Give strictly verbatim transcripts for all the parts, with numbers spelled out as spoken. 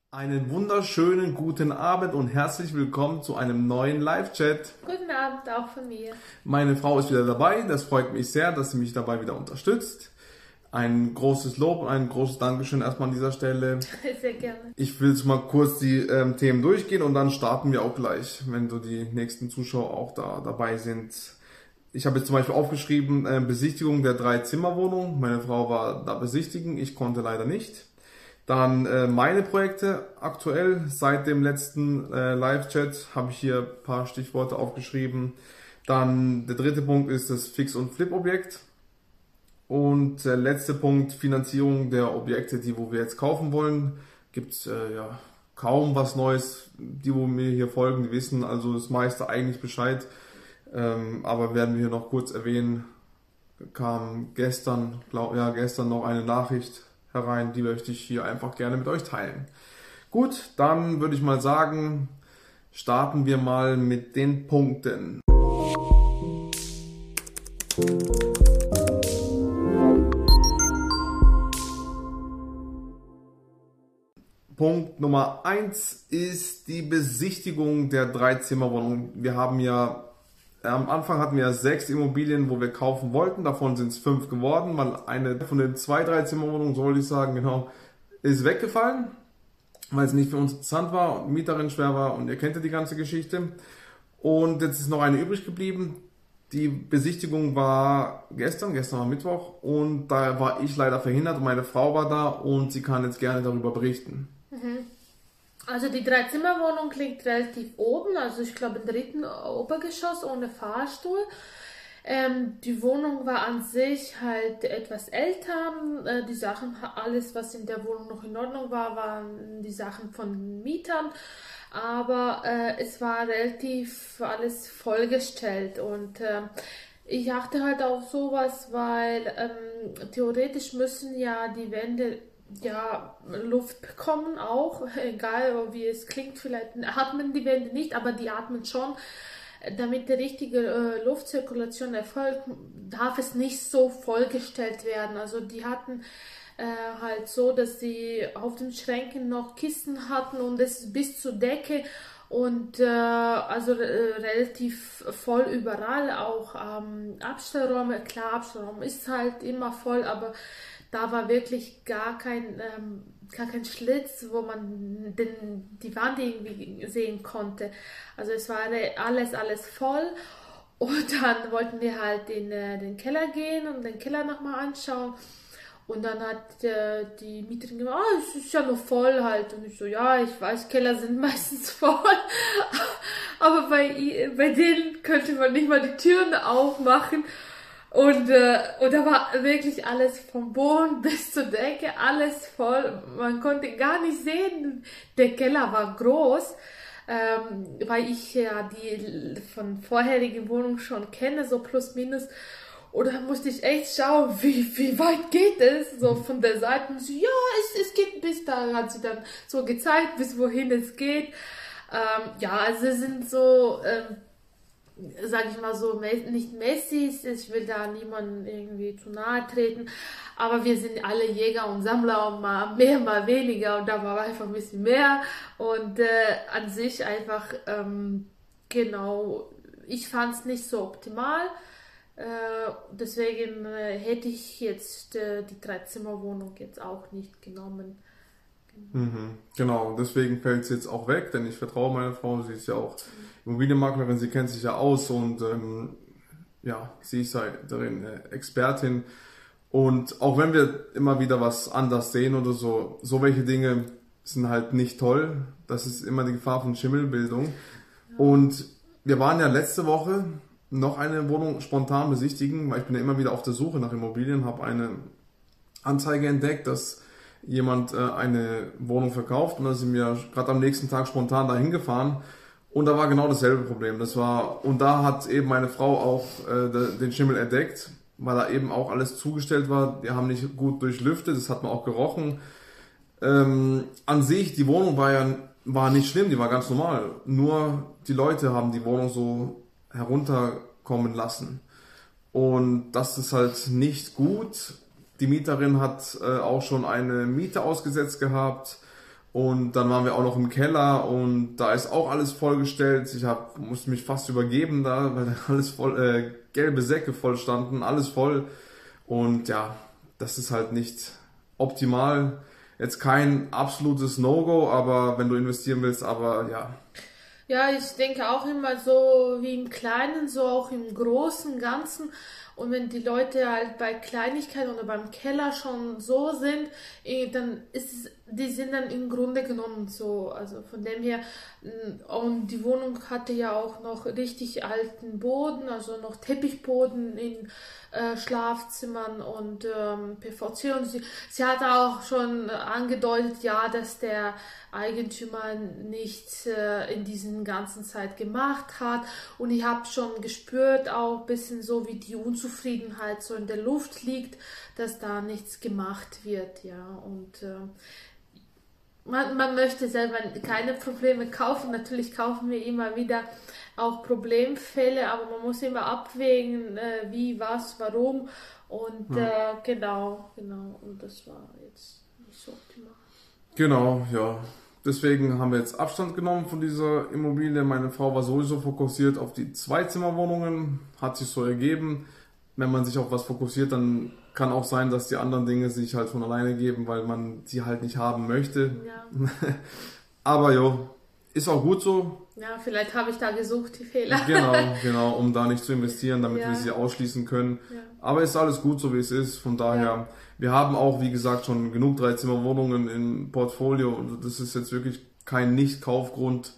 Einen wunderschönen guten Abend und herzlich willkommen zu einem neuen Live-Chat. Guten Abend auch von mir. Meine Frau ist wieder dabei, das freut mich sehr, dass sie mich dabei wieder unterstützt. Ein großes Lob und ein großes Dankeschön erstmal an dieser Stelle. Sehr gerne. Ich will jetzt mal kurz die ähm, Themen durchgehen und dann starten wir auch gleich, wenn so die nächsten Zuschauer auch da dabei sind. Ich habe jetzt zum Beispiel aufgeschrieben, äh, Besichtigung der Drei-Zimmer-Wohnung. Meine Frau war da besichtigen, ich konnte leider nicht. Dann äh, meine Projekte aktuell, seit dem letzten äh, Live-Chat habe ich hier ein paar Stichworte aufgeschrieben. Dann der dritte Punkt ist das Fix- und Flip-Objekt. Und der letzte Punkt, Finanzierung der Objekte, die wo wir jetzt kaufen wollen. Gibt es äh, ja kaum was Neues. Die, wo mir hier folgen, die wissen also das meiste eigentlich Bescheid. Ähm, aber werden wir hier noch kurz erwähnen, kam gestern, glaub, ja, gestern noch eine Nachricht herein, die möchte ich hier einfach gerne mit euch teilen. Gut, dann würde ich mal sagen, starten wir mal mit den Punkten. Punkt Nummer eins ist die Besichtigung der Dreizimmerwohnung. Wir haben ja, am Anfang hatten wir ja sechs Immobilien, wo wir kaufen wollten. Davon sind es fünf geworden, weil eine von den zwei Dreizimmerwohnungen, so wollte ich sagen, genau, ist weggefallen, weil es nicht für uns interessant war, Mieterin schwer war und ihr kennt ja die ganze Geschichte. Und jetzt ist noch eine übrig geblieben. Die Besichtigung war gestern, gestern war Mittwoch und da war ich leider verhindert und meine Frau war da und sie kann jetzt gerne darüber berichten. Mhm. Also die Dreizimmerwohnung liegt relativ oben, also ich glaube im dritten Obergeschoss ohne Fahrstuhl. Ähm, die Wohnung war an sich halt etwas älter. Äh, die Sachen, alles was in der Wohnung noch in Ordnung war, waren die Sachen von Mietern. Aber äh, es war relativ alles vollgestellt und äh, ich achte halt auf sowas, weil ähm, theoretisch müssen ja die Wände ja, Luft bekommen auch, egal wie es klingt, vielleicht atmen die Wände nicht, aber die atmen schon. Damit die richtige äh, Luftzirkulation erfolgt, darf es nicht so vollgestellt werden. Also die hatten äh, halt so, dass sie auf den Schränken noch Kissen hatten und es bis zur Decke und äh, also äh, relativ voll überall, auch ähm, Abstellräume. Klar, Abstellraum ist halt immer voll, aber da war wirklich gar kein, ähm, gar kein Schlitz, wo man den, die Wand irgendwie sehen konnte. Also es war alles, alles voll. Und dann wollten wir halt in äh, den Keller gehen und den Keller nochmal anschauen. Und dann hat äh, die Mieterin gesagt, ah, es ist ja noch voll halt. Und ich so, ja, ich weiß, Keller sind meistens voll. Aber bei, bei denen könnte man nicht mal die Türen aufmachen. Und, äh, und da war wirklich alles vom Boden bis zur Decke, alles voll. Man konnte gar nicht sehen. Der Keller war groß, ähm, weil ich ja die von vorherigen Wohnungen schon kenne, so plus minus. Und da musste ich echt schauen, wie, wie weit geht es? So von der Seite. Und so, ja, es, es geht bis da, hat sie dann so gezeigt, bis wohin es geht. Ähm, ja, also es sind so... Ähm, sage ich mal so, nicht Messis, ich will da niemandem irgendwie zu nahe treten, aber wir sind alle Jäger und Sammler und mal mehr, mal weniger und da war einfach ein bisschen mehr und äh, an sich einfach, ähm, genau, ich fand es nicht so optimal, äh, deswegen äh, hätte ich jetzt äh, die Dreizimmerwohnung jetzt auch nicht genommen. Mhm, genau, deswegen fällt es jetzt auch weg, denn ich vertraue meiner Frau, sie ist ja auch Immobilienmaklerin, sie kennt sich ja aus und ähm, ja, sie ist halt darin äh, Expertin und auch wenn wir immer wieder was anders sehen oder so, so welche Dinge sind halt nicht toll, das ist immer die Gefahr von Schimmelbildung. Ja. Und wir waren ja letzte Woche noch eine Wohnung spontan besichtigen, weil ich bin ja immer wieder auf der Suche nach Immobilien, habe eine Anzeige entdeckt, dass jemand äh, eine Wohnung verkauft und da sind wir gerade am nächsten Tag spontan dahin gefahren und da war genau dasselbe Problem. Das war und da hat eben meine Frau auch äh, den Schimmel entdeckt, weil da eben auch alles zugestellt war. Die haben nicht gut durchlüftet, das hat man auch gerochen. Ähm, an sich, die Wohnung war ja war nicht schlimm, die war ganz normal. Nur die Leute haben die Wohnung so herunterkommen lassen und das ist halt nicht gut. Die Mieterin hat äh, auch schon eine Miete ausgesetzt gehabt Und dann waren wir auch noch im Keller und da ist auch alles vollgestellt. Ich hab, musste mich fast übergeben da, weil da alles voll, äh, gelbe Säcke voll standen, alles voll. Und ja, das ist halt nicht optimal. Jetzt kein absolutes No-Go, aber wenn du investieren willst, aber ja. Ja, ich denke auch immer so wie im Kleinen, so auch im Großen, Ganzen. Und wenn die Leute halt bei Kleinigkeiten oder beim Keller schon so sind, eh, dann ist es, die sind dann im Grunde genommen so. Also von dem her, mm, und die Wohnung hatte ja auch noch richtig alten Boden, also noch Teppichboden in äh, Schlafzimmern und ähm, P V C. Und sie, sie hat auch schon angedeutet, ja, dass der Eigentümer nichts äh, in diesen ganzen Zeit gemacht hat. Und ich habe schon gespürt, auch ein bisschen so, wie die Unzufriedenheit so in der Luft liegt, dass da nichts gemacht wird, ja. Und äh, man, man möchte selber keine Probleme kaufen. Natürlich kaufen wir immer wieder auch Problemfälle, aber man muss immer abwägen, äh, wie, was, warum. Und Ja. äh, genau, genau. Und das war jetzt nicht so optimal. Genau, ja. Deswegen haben wir jetzt Abstand genommen von dieser Immobilie. Meine Frau war sowieso fokussiert auf die Zweizimmerwohnungen, hat sich so ergeben. Wenn man sich auf was fokussiert, dann kann auch sein, dass die anderen Dinge sich halt von alleine geben, weil man die halt nicht haben möchte. Ja. Aber jo, ist auch gut so. Ja, vielleicht habe ich da gesucht, die Fehler. Genau, genau, um da nicht zu investieren, damit Ja. wir sie ausschließen können. Ja. Aber ist alles gut so, wie es ist. Von daher, Ja. wir haben auch, wie gesagt, schon genug Dreizimmerwohnungen im Portfolio. Und das ist jetzt wirklich kein Nicht-Kaufgrund.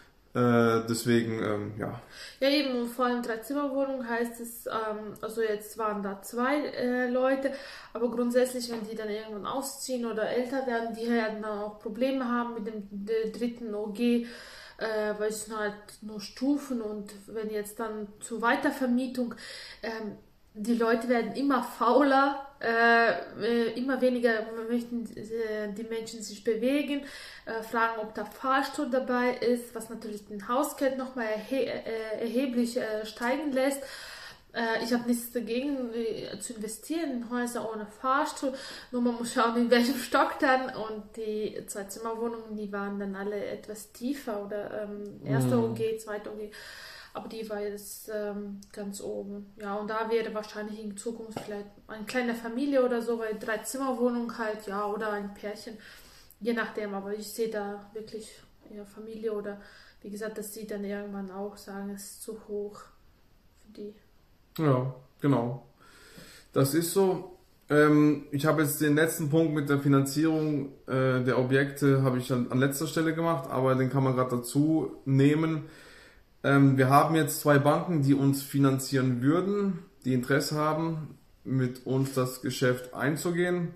Äh, deswegen, ähm, ja. Ja, eben, und vor allem Dreizimmerwohnung heißt es, ähm, also jetzt waren da zwei äh, Leute, aber grundsätzlich, wenn die dann irgendwann ausziehen oder älter werden, die werden dann auch Probleme haben mit dem d- dritten O G, äh, weil es sind halt nur Stufen und wenn jetzt dann zur Weitervermietung, ähm, die Leute werden immer fauler, äh, äh, immer weniger möchten äh, die Menschen sich bewegen, äh, fragen, ob da Fahrstuhl dabei ist, was natürlich den Hausgeld nochmal erhe äh, erheblich äh, steigen lässt. Äh, ich habe nichts dagegen äh, zu investieren in Häuser ohne Fahrstuhl, nur man muss schauen, in welchem Stock dann. Und die Zwei-Zimmer-Wohnungen, die waren dann alle etwas tiefer oder ähm, erster Mhm. O G, zweiter O G. Aber die war jetzt ähm, ganz oben. Ja, und da wäre wahrscheinlich in Zukunft vielleicht eine kleine Familie oder so, weil Drei-Zimmer-Wohnung halt, ja, oder ein Pärchen, je nachdem. Aber ich sehe da wirklich eher Familie oder, wie gesagt, dass sie dann irgendwann auch sagen, es ist zu hoch für die. Ja, genau. Das ist so. Ähm, ich habe jetzt den letzten Punkt mit der Finanzierung äh, der Objekte habe ich an, an letzter Stelle gemacht, aber den kann man gerade dazu nehmen. Ähm, wir haben jetzt zwei Banken, die uns finanzieren würden, die Interesse haben, mit uns das Geschäft einzugehen.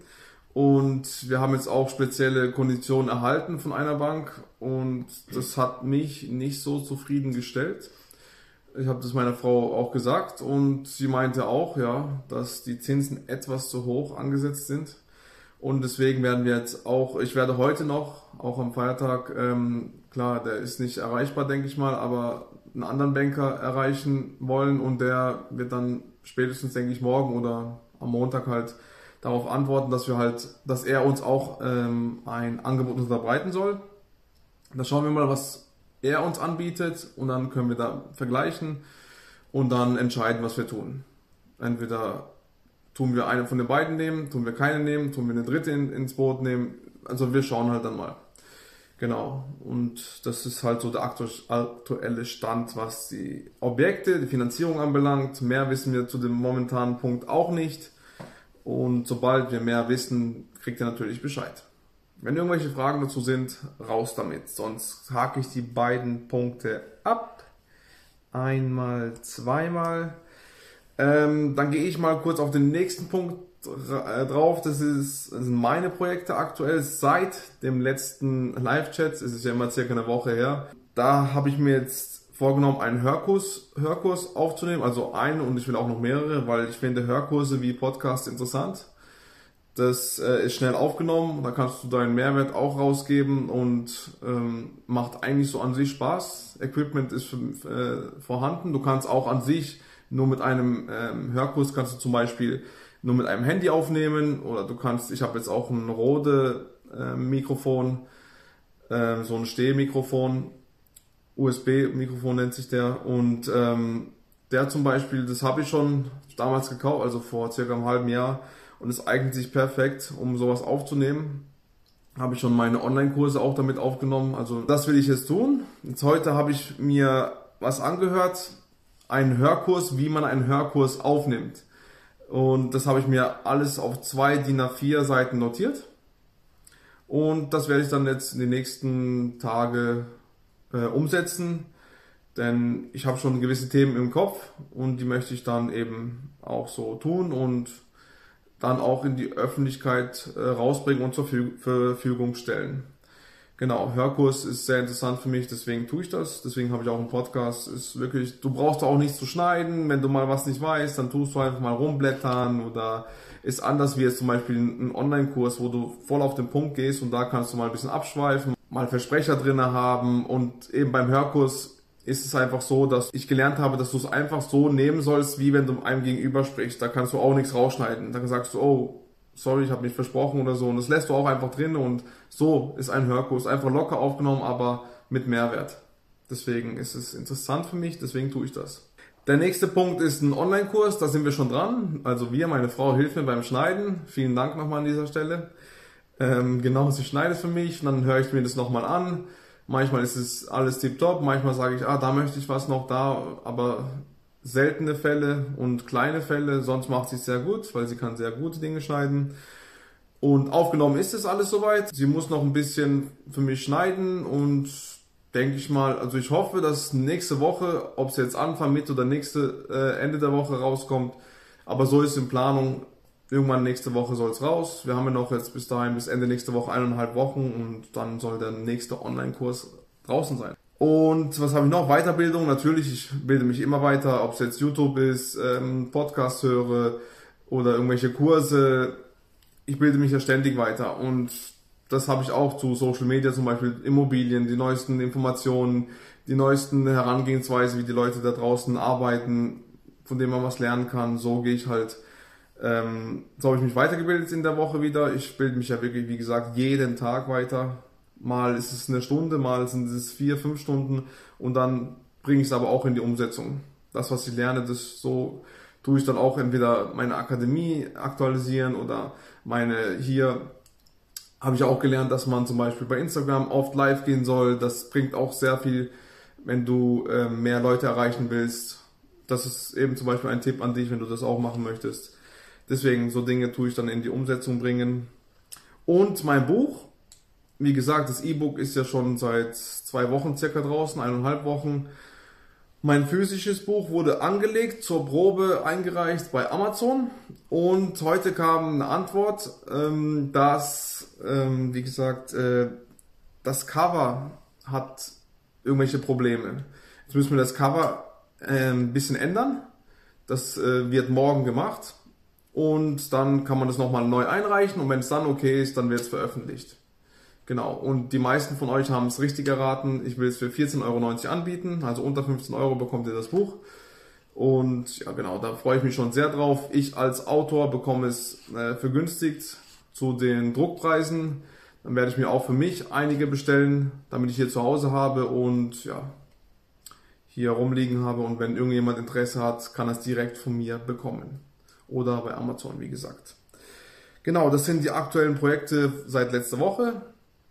Und wir haben jetzt auch spezielle Konditionen erhalten von einer Bank und das hat mich nicht so zufriedengestellt. Ich habe das meiner Frau auch gesagt und sie meinte auch, ja, dass die Zinsen etwas zu hoch angesetzt sind. Und deswegen werden wir jetzt auch, ich werde heute noch, auch am Feiertag, ähm, klar, der ist nicht erreichbar, denke ich mal, aber einen anderen Banker erreichen wollen und der wird dann spätestens, denke ich, morgen oder am Montag halt darauf antworten, dass wir halt, dass er uns auch ähm, ein Angebot unterbreiten soll. Da schauen wir mal, was er uns anbietet und dann können wir da vergleichen und dann entscheiden, was wir tun. Entweder tun wir eine von den beiden nehmen, tun wir keine nehmen, tun wir eine dritte in, ins Boot nehmen. Also wir schauen halt dann mal. Genau. Und das ist halt so der aktuelle Stand, was die Objekte, die Finanzierung anbelangt. Mehr wissen wir zu dem momentanen Punkt auch nicht. Und sobald wir mehr wissen, kriegt ihr natürlich Bescheid. Wenn irgendwelche Fragen dazu sind, raus damit. Sonst hake ich die beiden Punkte ab. Einmal, zweimal. Ähm, dann gehe ich mal kurz auf den nächsten Punkt drauf. Das, ist, das sind meine Projekte aktuell seit dem letzten Live-Chat. Es ist ja immer circa eine Woche her. Da habe ich mir jetzt vorgenommen, einen Hörkurs, Hörkurs aufzunehmen. Also einen und ich will auch noch mehrere, weil ich finde Hörkurse wie Podcasts interessant. Das äh, ist schnell aufgenommen, da kannst du deinen Mehrwert auch rausgeben und ähm, macht eigentlich so an sich Spaß. Equipment ist äh, vorhanden. Du kannst auch an sich nur mit einem ähm, Hörkurs kannst du zum Beispiel nur mit einem Handy aufnehmen oder du kannst, ich habe jetzt auch ein Rode äh, Mikrofon, ähm, so ein Stehmikrofon, U S B-Mikrofon nennt sich der. Und ähm, der zum Beispiel, das habe ich schon damals gekauft, also vor circa einem halben Jahr. Und es eignet sich perfekt, um sowas aufzunehmen. Habe ich schon meine Online-Kurse auch damit aufgenommen. Also das will ich jetzt tun. Jetzt heute habe ich mir was angehört, einen Hörkurs, wie man einen Hörkurs aufnimmt. Und das habe ich mir alles auf zwei D I N A vier Seiten notiert. Und das werde ich dann jetzt in den nächsten Tagen äh, umsetzen. Denn ich habe schon gewisse Themen im Kopf und die möchte ich dann eben auch so tun und dann auch in die Öffentlichkeit äh, rausbringen und zur Verfügung stellen. Genau, Hörkurs ist sehr interessant für mich, deswegen tue ich das. Deswegen habe ich auch einen Podcast. Ist wirklich, du brauchst auch nichts zu schneiden. Wenn du mal was nicht weißt, dann tust du einfach mal rumblättern oder ist anders wie jetzt zum Beispiel ein Online-Kurs, wo du voll auf den Punkt gehst und da kannst du mal ein bisschen abschweifen, mal Versprecher drin haben und eben beim Hörkurs ist es einfach so, dass ich gelernt habe, dass du es einfach so nehmen sollst, wie wenn du einem gegenüber sprichst. Da kannst du auch nichts rausschneiden. Dann sagst du, oh, sorry, ich habe mich versprochen oder so. Und das lässt du auch einfach drin und so ist ein Hörkurs einfach locker aufgenommen, aber mit Mehrwert. Deswegen ist es interessant für mich, deswegen tue ich das. Der nächste Punkt ist ein Online-Kurs, da sind wir schon dran. Also wir, meine Frau hilft mir beim Schneiden. Vielen Dank nochmal an dieser Stelle. Ähm, genau, sie schneidet für mich, dann höre ich mir das nochmal an. Manchmal ist es alles tipptopp, manchmal sage ich, ah, da möchte ich was noch, da, aber seltene Fälle und kleine Fälle, sonst macht sie es sehr gut, weil sie kann sehr gute Dinge schneiden. Und aufgenommen ist es alles soweit. Sie muss noch ein bisschen für mich schneiden und denke ich mal, also ich hoffe, dass nächste Woche, ob es jetzt Anfang, Mitte oder nächste äh, Ende der Woche rauskommt, aber so ist in Planung. Irgendwann nächste Woche soll es raus. Wir haben ja noch jetzt bis dahin, bis Ende nächste Woche eineinhalb Wochen und dann soll der nächste Online-Kurs draußen sein. Und was habe ich noch? Weiterbildung. Natürlich, ich bilde mich immer weiter, ob es jetzt YouTube ist, ähm, Podcast höre oder irgendwelche Kurse. Ich bilde mich ja ständig weiter und das habe ich auch zu Social Media, zum Beispiel Immobilien, die neuesten Informationen, die neuesten Herangehensweise, wie die Leute da draußen arbeiten, von denen man was lernen kann. So gehe ich halt Ähm, so habe ich mich weitergebildet in der Woche wieder. Ich bilde mich ja wirklich, wie gesagt, jeden Tag weiter. Mal ist es eine Stunde, mal sind es vier, fünf Stunden und dann bringe ich es aber auch in die Umsetzung. Das, was ich lerne, das so tue ich dann auch entweder meine Akademie aktualisieren oder meine, hier habe ich auch gelernt, dass man zum Beispiel bei Instagram oft live gehen soll. Das bringt auch sehr viel, wenn du äh, mehr Leute erreichen willst. Das ist eben zum Beispiel ein Tipp an dich, wenn du das auch machen möchtest. Deswegen, so Dinge tue ich dann in die Umsetzung bringen. Und mein Buch, wie gesagt, das E-Book ist ja schon seit zwei Wochen circa draußen, eineinhalb Wochen. Mein physisches Buch wurde angelegt, zur Probe eingereicht bei Amazon. Und heute kam eine Antwort, ähm, dass, ähm, wie gesagt, äh, das Cover hat irgendwelche Probleme. Jetzt müssen wir das Cover äh, ein bisschen ändern. Das äh, wird morgen gemacht. Und dann kann man das nochmal neu einreichen und wenn es dann okay ist, dann wird es veröffentlicht. Genau, und die meisten von euch haben es richtig erraten. Ich will es für vierzehn Euro neunzig anbieten, also unter fünfzehn Euro bekommt ihr das Buch. Und ja genau, da freue ich mich schon sehr drauf. Ich als Autor bekomme es äh, vergünstigt zu den Druckpreisen. Dann werde ich mir auch für mich einige bestellen, damit ich hier zu Hause habe und ja, hier rumliegen habe. Und wenn irgendjemand Interesse hat, kann er es direkt von mir bekommen. Oder bei Amazon, wie gesagt. Genau, das sind die aktuellen Projekte seit letzter Woche.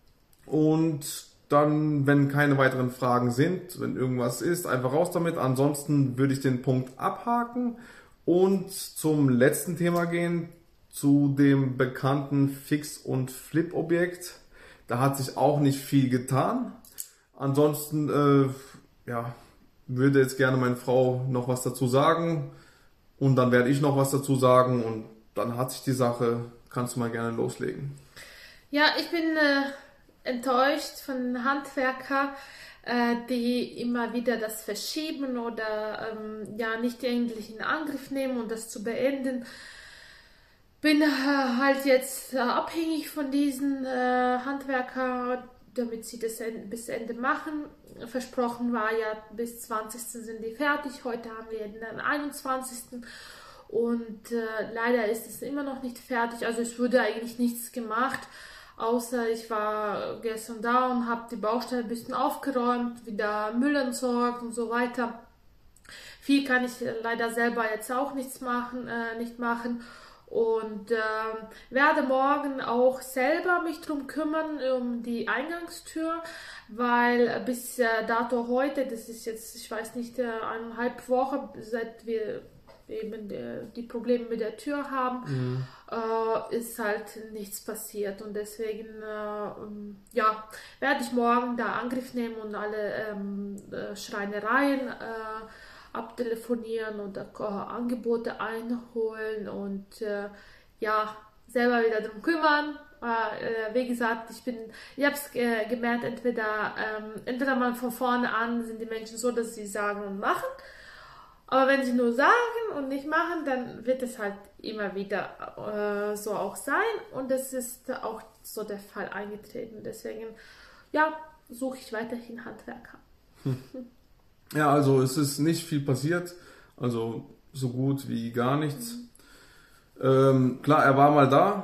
Und dann, wenn keine weiteren Fragen sind, wenn irgendwas ist, einfach raus damit. Ansonsten würde ich den Punkt abhaken und zum letzten Thema gehen, zu dem bekannten Fix- und Flip-Objekt. Da hat sich auch nicht viel getan. Ansonsten, äh, ja, würde jetzt gerne meine Frau noch was dazu sagen. Und dann werde ich noch was dazu sagen und dann hat sich die Sache, kannst du mal gerne loslegen. Ja, ich bin äh, enttäuscht von Handwerkern, äh, die immer wieder das verschieben oder ähm, ja nicht endlich in Angriff nehmen und das zu beenden. Bin äh, halt jetzt äh, abhängig von diesen äh, Handwerkern, damit sie das bis Ende machen. Versprochen war ja, bis zwanzigsten sind die fertig. Heute haben wir den einundzwanzigsten Und äh, leider ist es immer noch nicht fertig. Also es wurde eigentlich nichts gemacht, außer ich war gestern da und habe die Baustelle ein bisschen aufgeräumt, wieder Müll entsorgt und so weiter. Viel kann ich leider selber jetzt auch nichts machen, äh, nicht machen. Und äh, werde morgen auch selber mich drum kümmern, um die Eingangstür, weil bis äh, dato heute, das ist jetzt, ich weiß nicht, äh, eineinhalb Wochen, seit wir eben die, die Probleme mit der Tür haben, mhm. äh, ist halt nichts passiert. Und deswegen, äh, ja, werde ich morgen da Angriff nehmen und alle ähm, äh, Schreinereien äh, abtelefonieren und äh, Angebote einholen und äh, ja, selber wieder drum kümmern. Äh, wie gesagt, ich bin, ich habe es äh, gemerkt, entweder, ähm, entweder mal von vorne an sind die Menschen so, dass sie sagen und machen, aber wenn sie nur sagen und nicht machen, dann wird es halt immer wieder äh, so auch sein und das ist auch so der Fall eingetreten. Deswegen, ja, suche ich weiterhin Handwerker. Hm. Ja, also es ist nicht viel passiert, also so gut wie gar nichts. Mhm. Ähm, klar, er war mal da,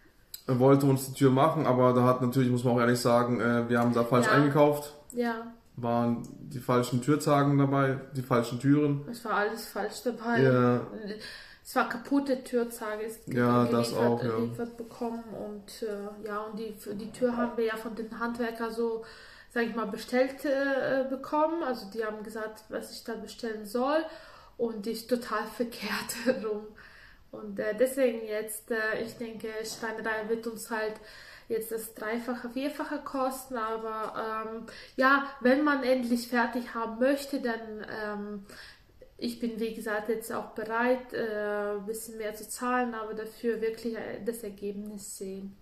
er wollte uns die Tür machen, aber da hat natürlich, muss man auch ehrlich sagen, äh, wir haben da falsch ja. eingekauft. Ja. Waren die falschen Türzagen dabei, die falschen Türen. Es war alles falsch dabei. Ja. Es war kaputte Türzage, ist ja, das auch, ja. geliefert bekommen und äh, ja, und die, die Tür haben wir ja von den Handwerkern so, sag ich mal, bestellt äh, bekommen. Also die haben gesagt, was ich da bestellen soll und die ist total verkehrt rum. Und äh, deswegen jetzt, äh, ich denke, Schreinerei wird uns halt jetzt das Dreifache, Vierfache kosten, aber ähm, ja, wenn man endlich fertig haben möchte, dann ähm, ich bin, wie gesagt, jetzt auch bereit, äh, ein bisschen mehr zu zahlen, aber dafür wirklich das Ergebnis sehen.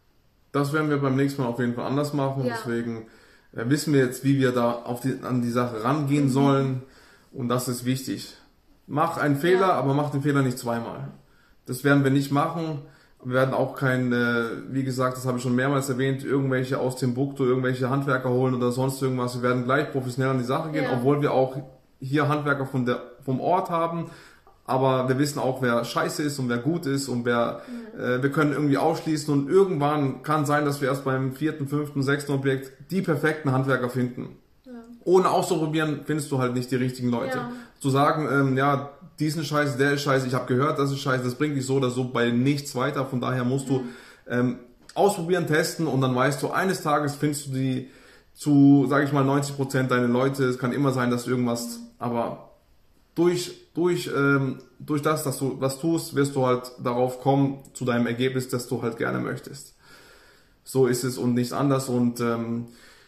Das werden wir beim nächsten Mal auf jeden Fall anders machen, ja. Deswegen äh, wissen wir jetzt, wie wir da auf die, an die Sache rangehen mhm. sollen und das ist wichtig. Mach einen Fehler, ja. aber mach den Fehler nicht zweimal. Das werden wir nicht machen. Wir werden auch kein, äh, wie gesagt, das habe ich schon mehrmals erwähnt, irgendwelche aus Timbuktu, irgendwelche Handwerker holen oder sonst irgendwas. Wir werden gleich professionell an die Sache gehen, ja. obwohl wir auch hier Handwerker von der, vom Ort haben. Aber wir wissen auch, wer scheiße ist und wer gut ist und wer, mhm. äh, wir können irgendwie ausschließen und irgendwann kann sein, dass wir erst beim vierten, fünften, sechsten Objekt die perfekten Handwerker finden. Ja. Ohne auszuprobieren findest du halt nicht die richtigen Leute. Ja. Zu sagen, ähm, ja, diesen Scheiß, der ist scheiße, ich habe gehört, das ist scheiße, das bringt dich so oder so bei nichts weiter. Von daher musst du ähm, ausprobieren, testen und dann weißt du, eines Tages findest du die zu, sage ich mal, neunzig Prozent deine Leute. Es kann immer sein, dass irgendwas, aber durch, durch, ähm, durch das, dass du was tust, wirst du halt darauf kommen, zu deinem Ergebnis, das du halt gerne möchtest. So ist es und nichts anders und ähm,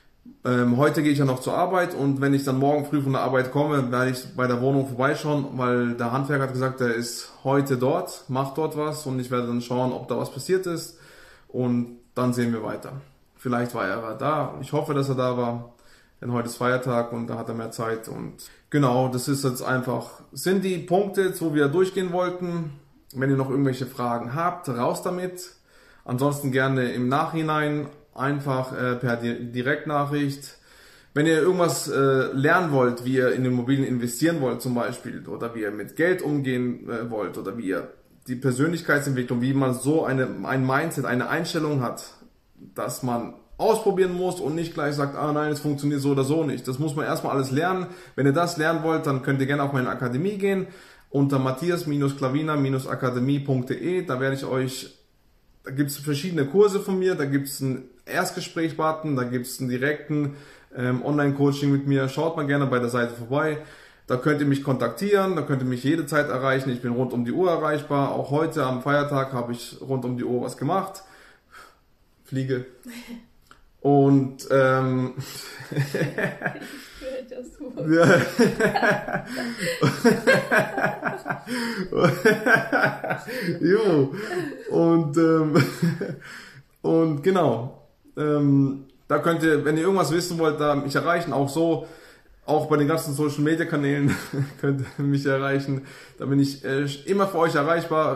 Ähm, heute gehe ich ja noch zur Arbeit und wenn ich dann morgen früh von der Arbeit komme, werde ich bei der Wohnung vorbeischauen, weil der Handwerker hat gesagt, er ist heute dort, macht dort was und ich werde dann schauen, ob da was passiert ist und dann sehen wir weiter. Vielleicht war er da, ich hoffe, dass er da war, denn heute ist Feiertag und da hat er mehr Zeit und genau, das ist jetzt einfach, sind die Punkte, wo wir durchgehen wollten. Wenn ihr noch irgendwelche Fragen habt, raus damit. Ansonsten gerne im Nachhinein einfach äh, per Direktnachricht. Wenn ihr irgendwas äh, lernen wollt, wie ihr in Immobilien investieren wollt zum Beispiel, oder wie ihr mit Geld umgehen äh, wollt, oder wie ihr die Persönlichkeitsentwicklung, wie man so eine, ein Mindset, eine Einstellung hat, dass man ausprobieren muss und nicht gleich sagt, ah nein, es funktioniert so oder so nicht. Das muss man erstmal alles lernen. Wenn ihr das lernen wollt, dann könnt ihr gerne auf meine Akademie gehen, unter matthias klavina akademie punkt de. Da werde ich euch, da gibt es verschiedene Kurse von mir, da gibt es einen Erstgespräch-Button, da gibt es einen direkten ähm, Online-Coaching mit mir. Schaut mal gerne bei der Seite vorbei. Da könnt ihr mich kontaktieren, da könnt ihr mich jederzeit erreichen. Ich bin rund um die Uhr erreichbar. Auch heute am Feiertag habe ich rund um die Uhr was gemacht. Fliege. Und ähm, ja. Jo. Und ähm, und genau. Ähm, da könnt ihr, wenn ihr irgendwas wissen wollt, da mich erreichen, auch so, auch bei den ganzen Social Media Kanälen könnt ihr mich erreichen. Da bin ich äh, immer für euch erreichbar.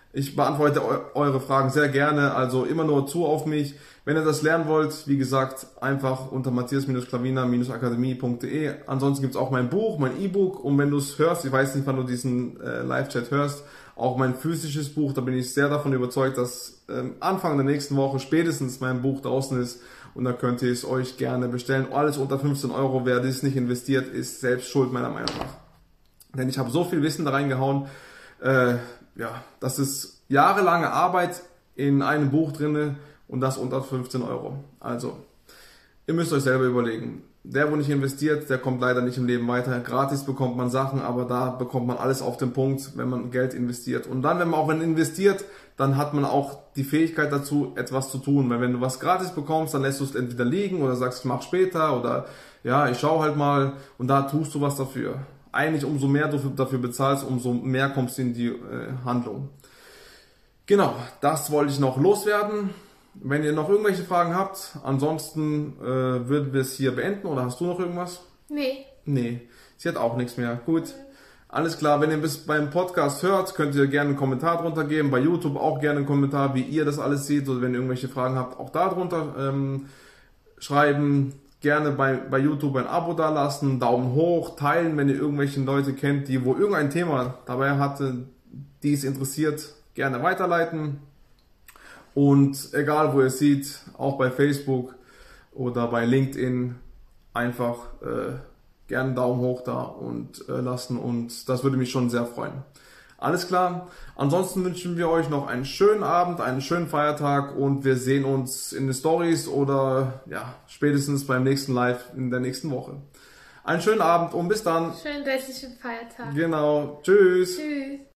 Ich beantworte eu eure Fragen sehr gerne, also immer nur zu auf mich. Wenn ihr das lernen wollt, wie gesagt, einfach unter matthias klavina akademie punkt de. Ansonsten gibt's auch mein Buch, mein E-Book, und wenn du es hörst, ich weiß nicht, wann du diesen äh, Live-Chat hörst, auch mein physisches Buch, da bin ich sehr davon überzeugt, dass ähm, Anfang der nächsten Woche spätestens mein Buch draußen ist, und da könnt ihr es euch gerne bestellen. Alles unter fünfzehn Euro, wer das nicht investiert, ist selbst schuld, meiner Meinung nach. Denn ich habe so viel Wissen da reingehauen, äh, ja, das ist jahrelange Arbeit in einem Buch drinne, und das unter fünfzehn Euro. Also, ihr müsst euch selber überlegen. Der, wo nicht investiert, der kommt leider nicht im Leben weiter. Gratis bekommt man Sachen, aber da bekommt man alles auf den Punkt, wenn man Geld investiert. Und dann, wenn man auch wenn investiert, dann hat man auch die Fähigkeit dazu, etwas zu tun. Weil wenn du was gratis bekommst, dann lässt du es entweder liegen oder sagst, ich mach später, oder ja, ich schau halt mal, und da tust du was dafür. Eigentlich umso mehr du dafür bezahlst, umso mehr kommst du in die äh, Handlung. Genau, das wollte ich noch loswerden. Wenn ihr noch irgendwelche Fragen habt, ansonsten äh, würden wir es hier beenden, oder hast du noch irgendwas? Nee. Nee, sie hat auch nichts mehr. Gut, alles klar. Wenn ihr bis beim Podcast hört, könnt ihr gerne einen Kommentar drunter geben. Bei YouTube auch gerne einen Kommentar, wie ihr das alles seht, oder wenn ihr irgendwelche Fragen habt, auch da drunter ähm, schreiben. Gerne bei, bei YouTube ein Abo dalassen, Daumen hoch, teilen, wenn ihr irgendwelche Leute kennt, die wo irgendein Thema dabei hatte, die es interessiert, gerne weiterleiten. Und egal, wo ihr seht, auch bei Facebook oder bei LinkedIn, einfach äh, gerne einen Daumen hoch da und äh, lassen, und das würde mich schon sehr freuen. Alles klar. Ansonsten wünschen wir euch noch einen schönen Abend, einen schönen Feiertag, und wir sehen uns in den Stories oder ja, spätestens beim nächsten Live in der nächsten Woche. Einen schönen Abend und bis dann. Schönen restlichen Feiertag. Genau. Tschüss. Tschüss.